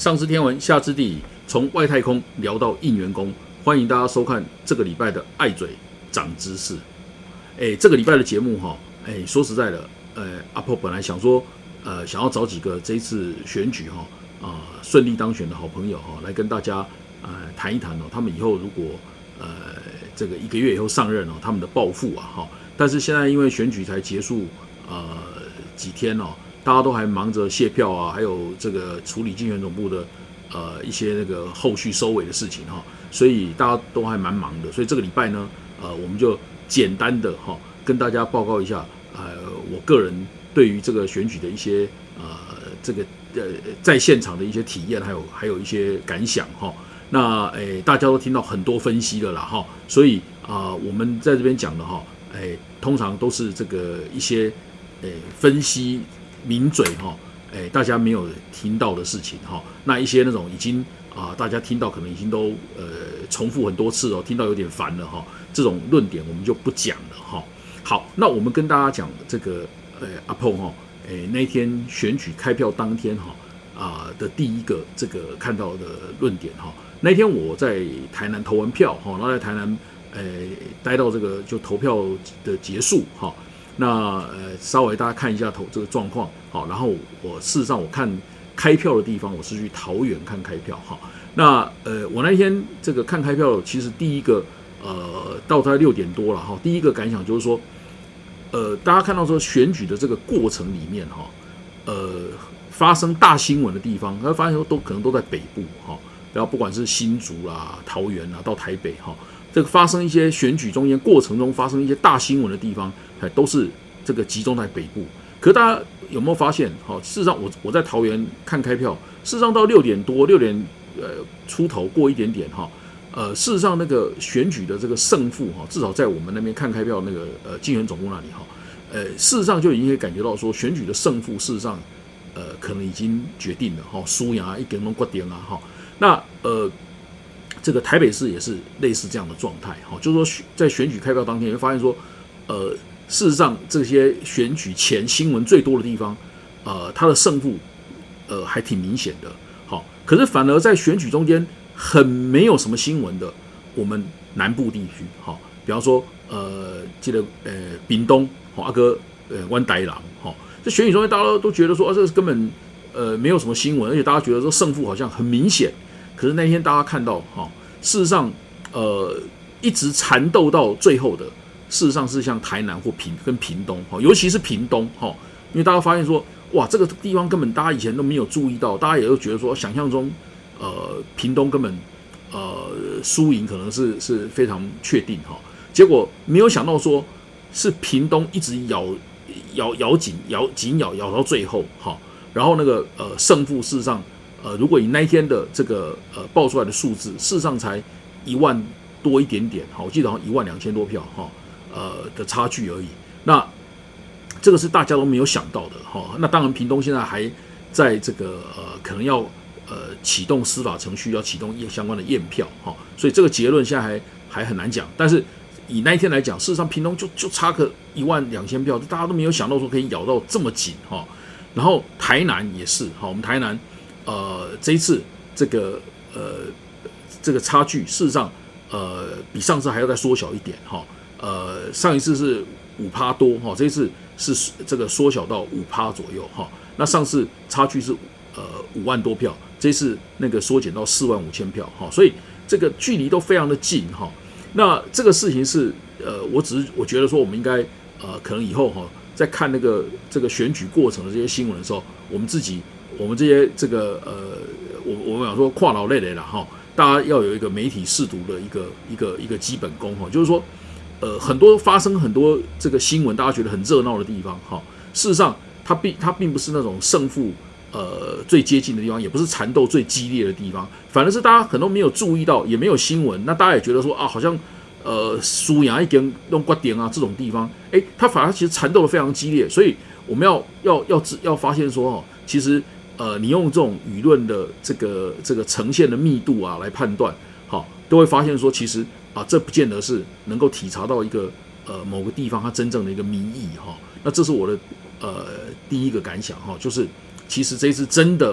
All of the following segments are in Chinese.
上知天文，下知地理，从外太空聊到应元宫，欢迎大家收看这个礼拜的爱嘴长知识。这个礼拜的节目哈，说实在的，阿婆本来想说，想要找几个这一次选举顺利当选的好朋友来跟大家谈一谈他们以后如果这个1个月以后上任他们的抱负但是现在因为选举才结束几天大家都还忙着卸票还有这个处理竞选总部的一些那个后续收尾的事情所以大家都还蛮忙的。所以这个礼拜呢，我们就简单的跟大家报告一下我个人对于这个选举的一些这个在现场的一些体验，还有一些感想那大家都听到很多分析了啦所以我们在这边讲的通常都是这个一些分析名嘴大家没有听到的事情那一些那种已经大家听到可能已经都重复很多次听到有点烦了这种论点我们就不讲了好，那我们跟大家讲这个阿鹏那一天选举开票当天的第一个这个看到的论点那天我在台南投完票然后在台南待到这个就投票的结束那稍微大家看一下这个状况然后事实上我看开票的地方我是去桃园看开票那我那天这个看开票其实第一个到大概6点多了第一个感想就是说大家看到说选举的这个过程里面发生大新闻的地方，他发现都可能都在北部然后不管是新竹啦、桃园啦到台北这个发生一些选举中间过程中发生一些大新闻的地方都是这个集中在北部。可是大家有没有发现事实上我在桃园看开票，事实上到6点多6点出头过一点点事实上那个选举的这个胜负至少在我们那边看开票那个竞选总部那里事实上就已经可以感觉到说选举的胜负事实上可能已经决定了输赢一点都决定那这个台北市也是类似这样的状态就是说在选举开票当天，你会发现说事实上这些选举前新闻最多的地方它的胜负还挺明显的可是反而在选举中间很没有什么新闻的我们南部地区比方说这个屏东阿哥湾台郎这选举中间大家都觉得说这根本没有什么新闻，而且大家觉得说胜负好像很明显。可是那天大家看到事实上一直缠斗到最后的事实上是像台南或跟屏东尤其是屏东因为大家发现说哇这个地方根本大家以前都没有注意到，大家也都觉得说想象中屏东根本输赢可能是非常确定结果没有想到说是屏东一直咬紧咬到最后然后那个胜负事实上如果以那一天的这个报出来的数字，事实上才1万多一点点我记得好像12000多票的差距而已。那这个是大家都没有想到的那当然屏东现在还在这个可能要启动司法程序，要启动相关的验票所以这个结论现在还很难讲。但是以那一天来讲，事实上屏东就差个12000票，大家都没有想到说可以咬到这么紧然后台南也是我们台南这一次这个差距事实上比上次还要再缩小一点上一次是5%多这一次是这个缩小到5%左右那上次差距是5万多票，这次那个缩减到45000票所以这个距离都非常的近那这个事情是我觉得说我们应该可能以后在看这个选举过程的这些新闻的时候，我们这些这个我们讲说跨劳类的啦大家要有一个媒体识读的一个基本功就是说发生很多这个新闻大家觉得很热闹的地方事实上它并不是那种胜负最接近的地方，也不是缠斗最激烈的地方，反而是大家可能没有注意到，也没有新闻，那大家也觉得说好像输赢一点弄决定这种地方它反而其实缠斗的非常激烈。所以我们要发现说其实你用这种舆论的这个呈现的密度来判断都会发现说其实这不见得是能够体察到一个某个地方它真正的一个民意那这是我的第一个感想就是其实这一次真的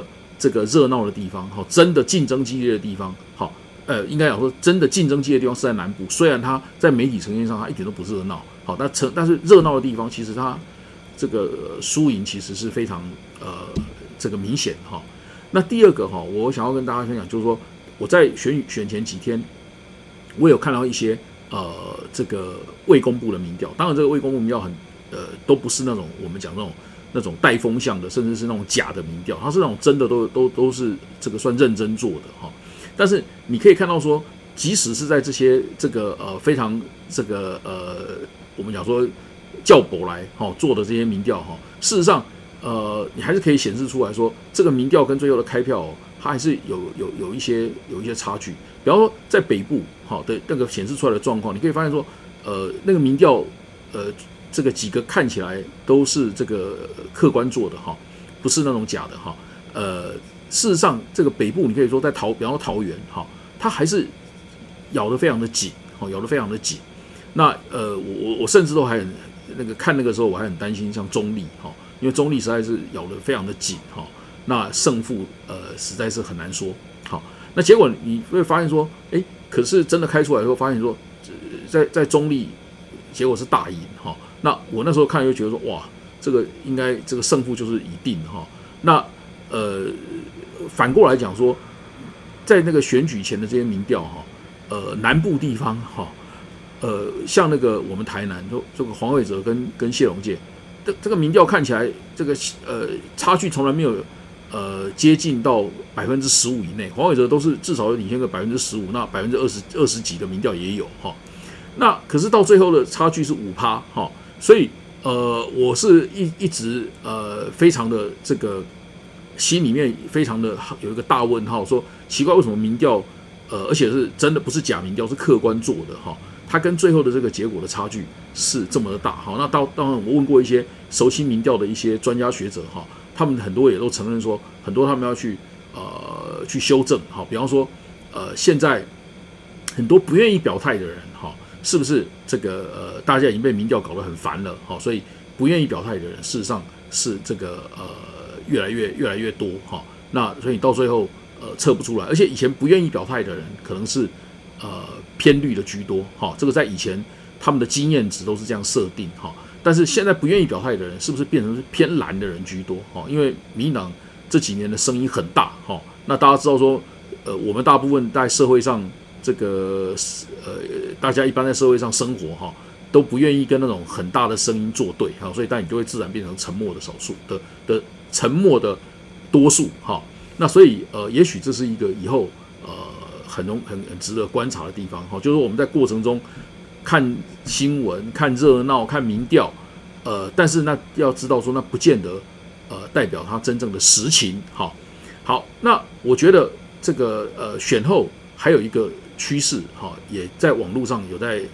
这个热闹的地方，好，真的竞争激烈的地方，好，应该讲说真的竞争激烈的地方是在南部，虽然它在媒体呈现上它一点都不热闹，好，但是热闹的地方其实它这个输赢其实是非常这个明显哈。那第二个哈，我想要跟大家分享就是说，我在选前几天，我有看到一些这个未公布的民调，当然这个未公布民调都不是那种我们讲那种带风向的，甚至是那种假的民调，它是那种真的都是这个算认真做的哈。但是你可以看到说，即使是在这些这个非常这个我们讲说较薄来做的这些民调哈，事实上你还是可以显示出来说，这个民调跟最后的开票它还是有一些差距。比方说在北部的那个显示出来的状况，你可以发现说，那个民调这个几个看起来都是这个客观做的哈，不是那种假的哈。事实上这个北部你可以说比方说桃园哈，它还是咬得非常的紧，咬得非常的紧。那我甚至都还很看那个时候我还很担心像中立哈，因为中立实在是咬得非常的紧哈，那胜负实在是很难说。好，那结果你会发现说，可是真的开出来的时候，发现说在中立结果是大赢哈。那我那时候看就觉得说，哇，这个应该这个胜负就是一定哈。那反过来讲说，在那个选举前的这些民调哈，南部地方哈，像那个我们台南这个黄伟哲跟谢龙介，这个民调看起来这个差距从来没有接近到15%以内，黄伟哲都是至少有领先个15%，那20%几的民调也有哈。那可是到最后的差距是5%哈，所以我是一直非常的这个心里面非常的有一个大问号，说奇怪为什么民调而且是真的不是假民调，是客观做的哈，它跟最后的这个结果的差距是这么的大。好，那当然我问过一些熟悉民调的一些专家学者哈，他们很多也都承认说，很多他们要去修正。好，比方说现在很多不愿意表态的人哈，是不是这个大家已经被民调搞得很烦了哈，所以不愿意表态的人事实上是这个越来越多哈。那所以到最后测不出来，而且以前不愿意表态的人可能是偏绿的居多哈，这个在以前他们的经验值都是这样设定哈。但是现在不愿意表态的人是不是变成是偏蓝的人居多哈？因为民进党这几年的声音很大哈，那大家知道说我们大部分在社会上这个大家一般在社会上生活哈，都不愿意跟那种很大的声音作对哈，所以但你就会自然变成沉默的少数的沉默的多数哈。那所以也许这是一个以后很值得观察的地方哈，就是我们在过程中看新闻、看热闹、看民调，但是那要知道说那不见得代表它真正的实情哈。好，那我觉得这个选后还有一个趋势哈，也在网络上有在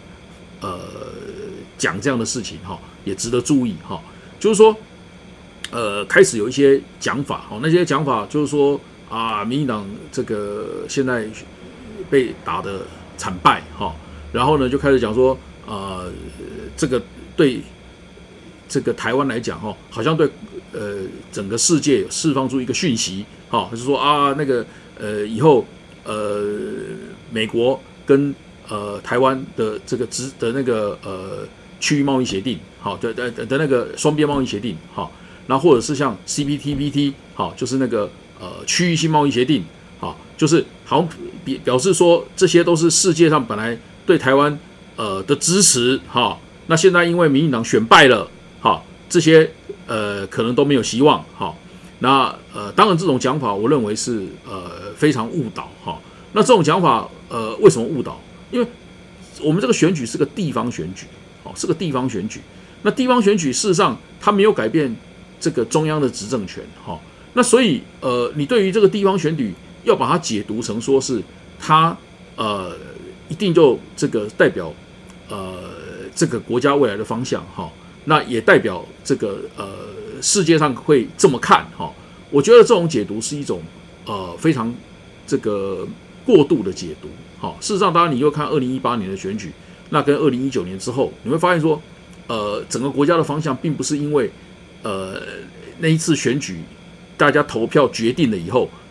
讲这样的事情哈，也值得注意哈。就是说开始有一些讲法哈，那些讲法就是说民进党这个现在被打得惨败哈，然后呢就开始讲说这个对这个台湾来讲哈，好像对整个世界释放出一个讯息哈，就是说那个以后美国跟台湾的这个的那个区域贸易协定好的那个双边贸易协定好，那或者是像 CPTPP 好，就是那个区域性贸易协定好，就是好像表示说这些都是世界上本来对台湾的支持哈，那现在因为民进党选败了哈，这些可能都没有希望哈。那当然这种讲法我认为是非常误导哈。那这种讲法为什么误导？因为我们这个选举是个地方选举，是个地方选举。那地方选举事实上它没有改变这个中央的执政权哈。那所以你对于这个地方选举要把它解读成说是它一定就这个代表这个国家未来的方向哈，那也代表这个世界上会这么看哈。我觉得这种解读是一种非常这个过度的解读哈。事实上，当然你又看2018年的选举，那跟2019年之后，你会发现说整个国家的方向并不是因为那一次选举大家投票决定了以后，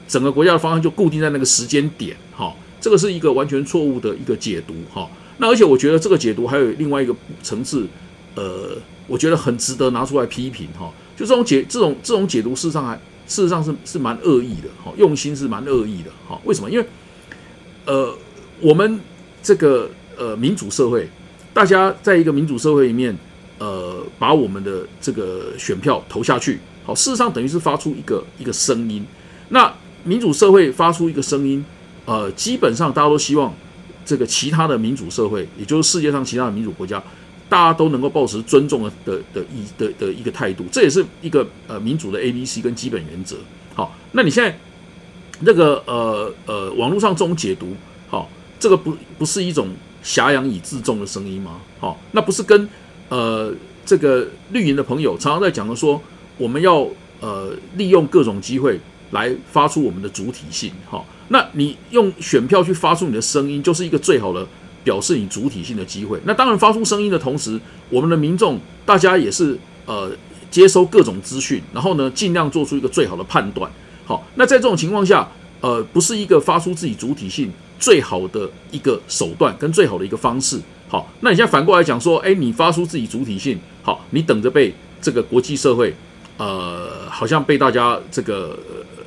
整个国家的方向就固定在那个时间点，这个是一个完全错误的一个解读，那而且我觉得这个解读还有另外一个层次，我觉得很值得拿出来批评，就这种解读事实上是蛮恶意的，用心是蛮恶意的，为什么？因为我们这个民主社会，大家在一个民主社会里面，把我们的这个选票投下去，事实上等于是发出一个声音。那民主社会发出一个声音，基本上大家都希望这个其他的民主社会，也就是世界上其他的民主国家，大家都能够抱持尊重的一个态度，这也是一个民主的 ABC 跟基本原则。好，那你现在那个网络上这种解读，这个不是一种挟洋以自重的声音吗？那不是跟这个绿营的朋友常常在讲的说，我们要利用各种机会来发出我们的主体性。那你用选票去发出你的声音，就是一个最好的表示你主体性的机会。那当然发出声音的同时，我们的民众大家也是接收各种资讯，然后呢尽量做出一个最好的判断。那在这种情况下，不是一个发出自己主体性最好的一个手段跟最好的一个方式。那你现在反过来讲说，你发出自己主体性，你等着被这个国际社会，好像被大家这个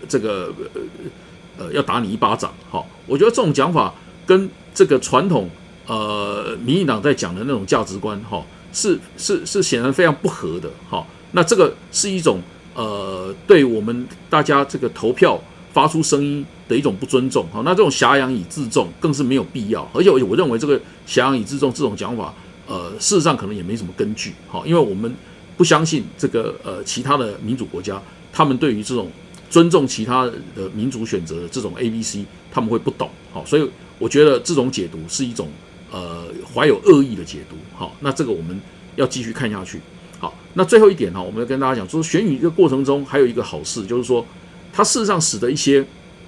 要打你一巴掌。我觉得这种讲法跟这个传统民进党在讲的那种价值观，是显然非常不合的。那这个是一种对我们大家这个投票发出声音的一种不尊重。那这种挟洋以自重更是没有必要，而且我认为这个挟洋以自重这种讲法，事实上可能也没什么根据。因为我们不相信这个其他的民主国家，他们对于这种尊重其他的民主选择的这种 ABC， 他们会不懂。所以我觉得这种解读是一种怀有恶意的解读。那这个我们要继续看下去。好，那最后一点，我们要跟大家讲，就是选举这个过程中还有一个好事，就是说它事实上使得一些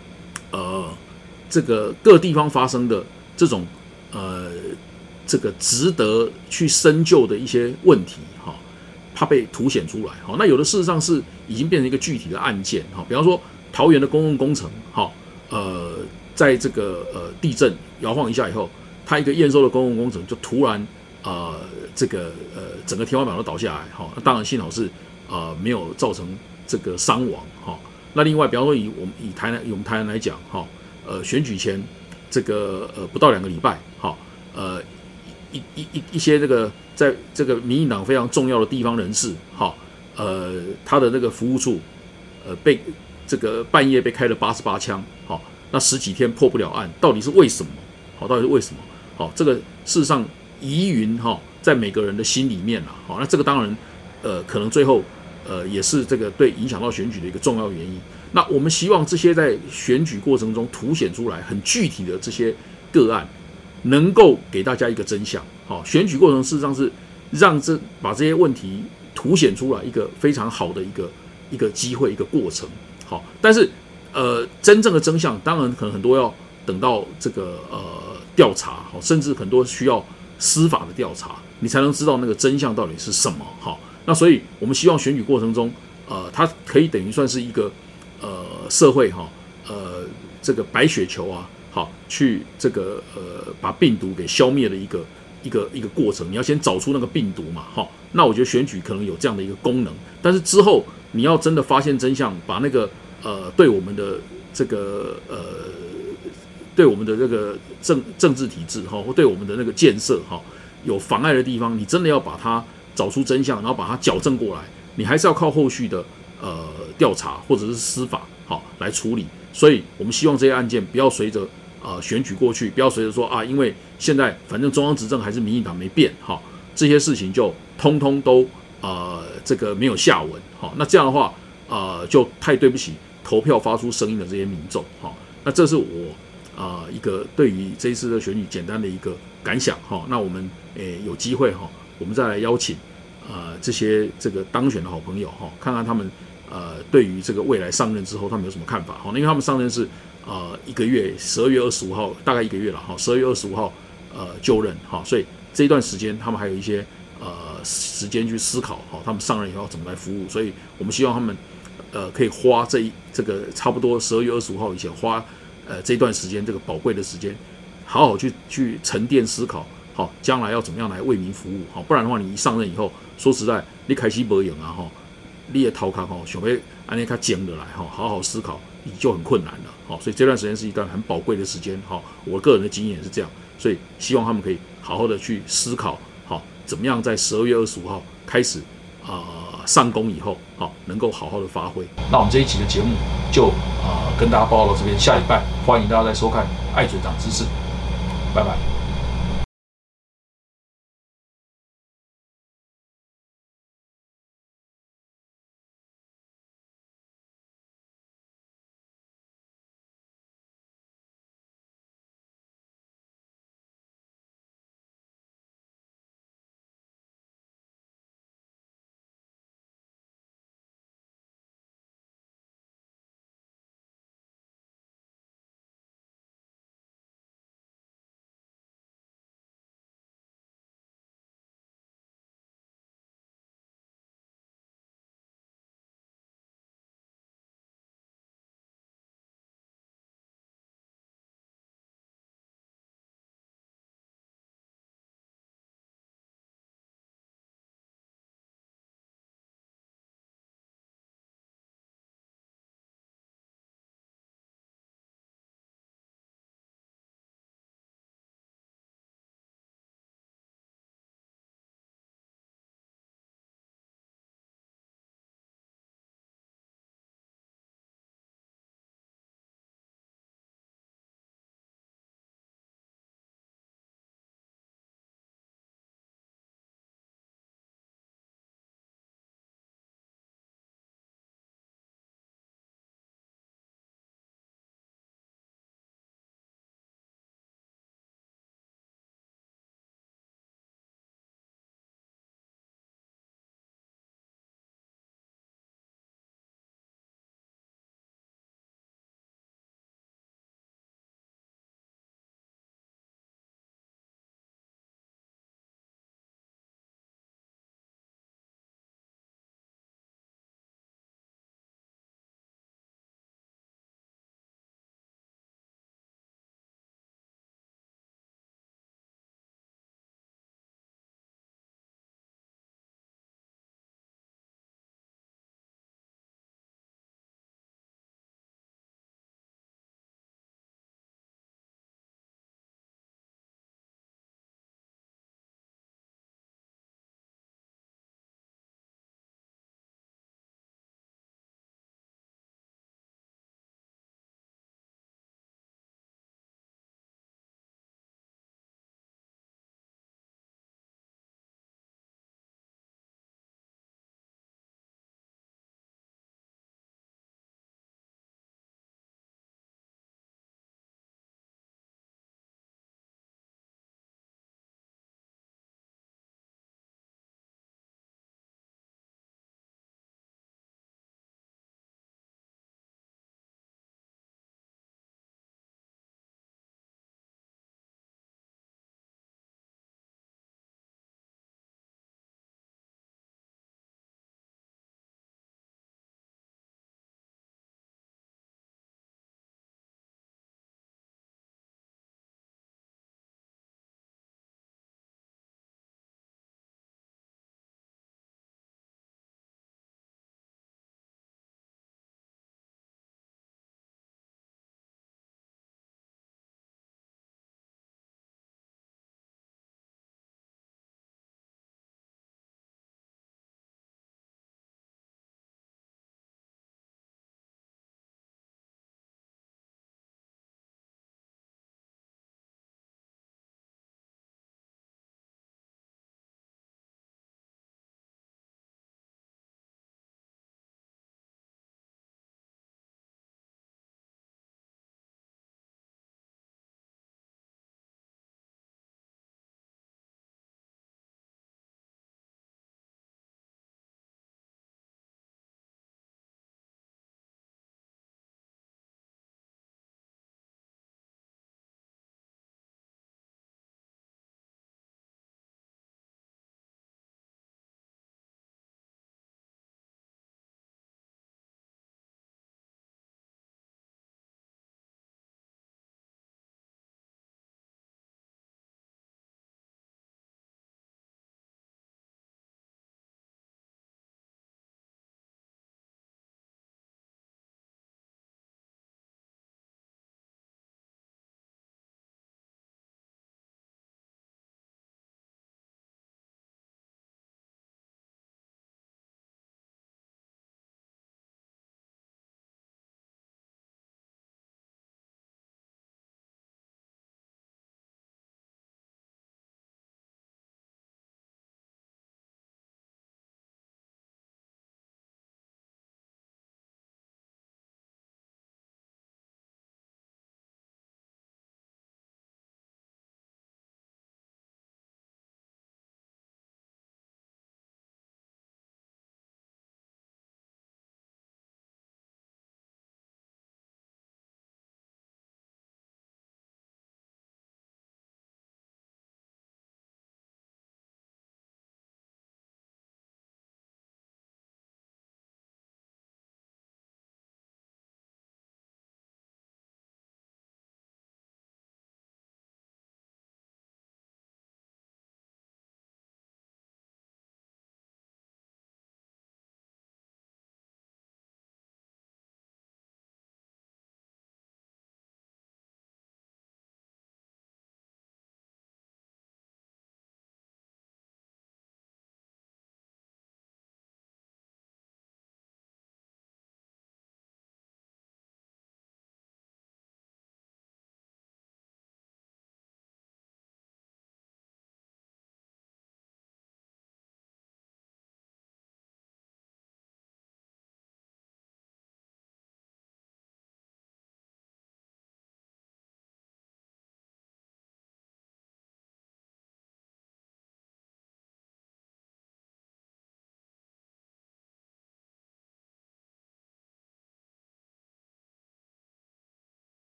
这个各地方发生的这种这个值得去深究的一些问题，它被凸显出来。那有的事实上是已经变成一个具体的案件。比方说桃园的公共工程，在这个地震摇晃一下以后，它一个验收的公共工程就突然这个整个天花板都倒下来。当然幸好是没有造成这个伤亡。那另外比方说以我们台南来讲，选举前这个不到2个礼拜，一些这个在这个民进党非常重要的地方人士，他的那个服务处被这个半夜被开了88枪，那10几天破不了案，到底是为什么？到底是为什么？这个事实上疑云在每个人的心里面啦。那这个当然可能最后也是这个对影响到选举的一个重要原因。那我们希望这些在选举过程中凸显出来很具体的这些个案，能够给大家一个真相。选举过程事实上是让把这些问题凸显出来一个非常好的一个机会，一个过程。但是真正的真相当然可能很多要等到这个调查，甚至很多需要司法的调查，你才能知道那个真相到底是什么。那所以我们希望选举过程中，它可以等于算是一个社会这个白雪球啊，去这个把病毒给消灭的一个过程。你要先找出那个病毒嘛，那我觉得选举可能有这样的一个功能，但是之后你要真的发现真相，把那个对我们的这个对我们的这个政治体制或对我们的那个建设有妨碍的地方，你真的要把它找出真相，然后把它矫正过来，你还是要靠后续的调查或者是司法来处理。所以我们希望这些案件不要随着选举过去，不要随着说因为现在反正中央执政还是民进党没变，这些事情就通通都这个没有下文。那这样的话就太对不起投票发出声音的这些民众。那这是我一个对于这一次的选举简单的一个感想。那我们有机会我们再来邀请这些这个当选的好朋友看看他们对于这个未来上任之后他们有什么看法。因为他们上任是1个月，12月25号大概1个月了，12月25号就任所以这一段时间他们还有一些时间去思考他们上任以后要怎么来服务。所以我们希望他们可以花这个差不多12月25号以前花这段时间，这个宝贵的时间，好好去沉淀思考，好，将来要怎么样来为民服务，好，不然的话，你一上任以后，说实在，你开始没用啊，哈，你的头壳哈，想要安尼较静的来，哈，好好思考，你就很困难了，好，所以这段时间是一段很宝贵的时间，好，我个人的经验也是这样，所以希望他们可以好好的去思考，好，怎么样在12月25号开始上工以后，好，能够好好的发挥。那我们这一期的节目就跟大家报告到这边，下礼拜欢迎大家再收看《爱嘴长知识》，拜拜。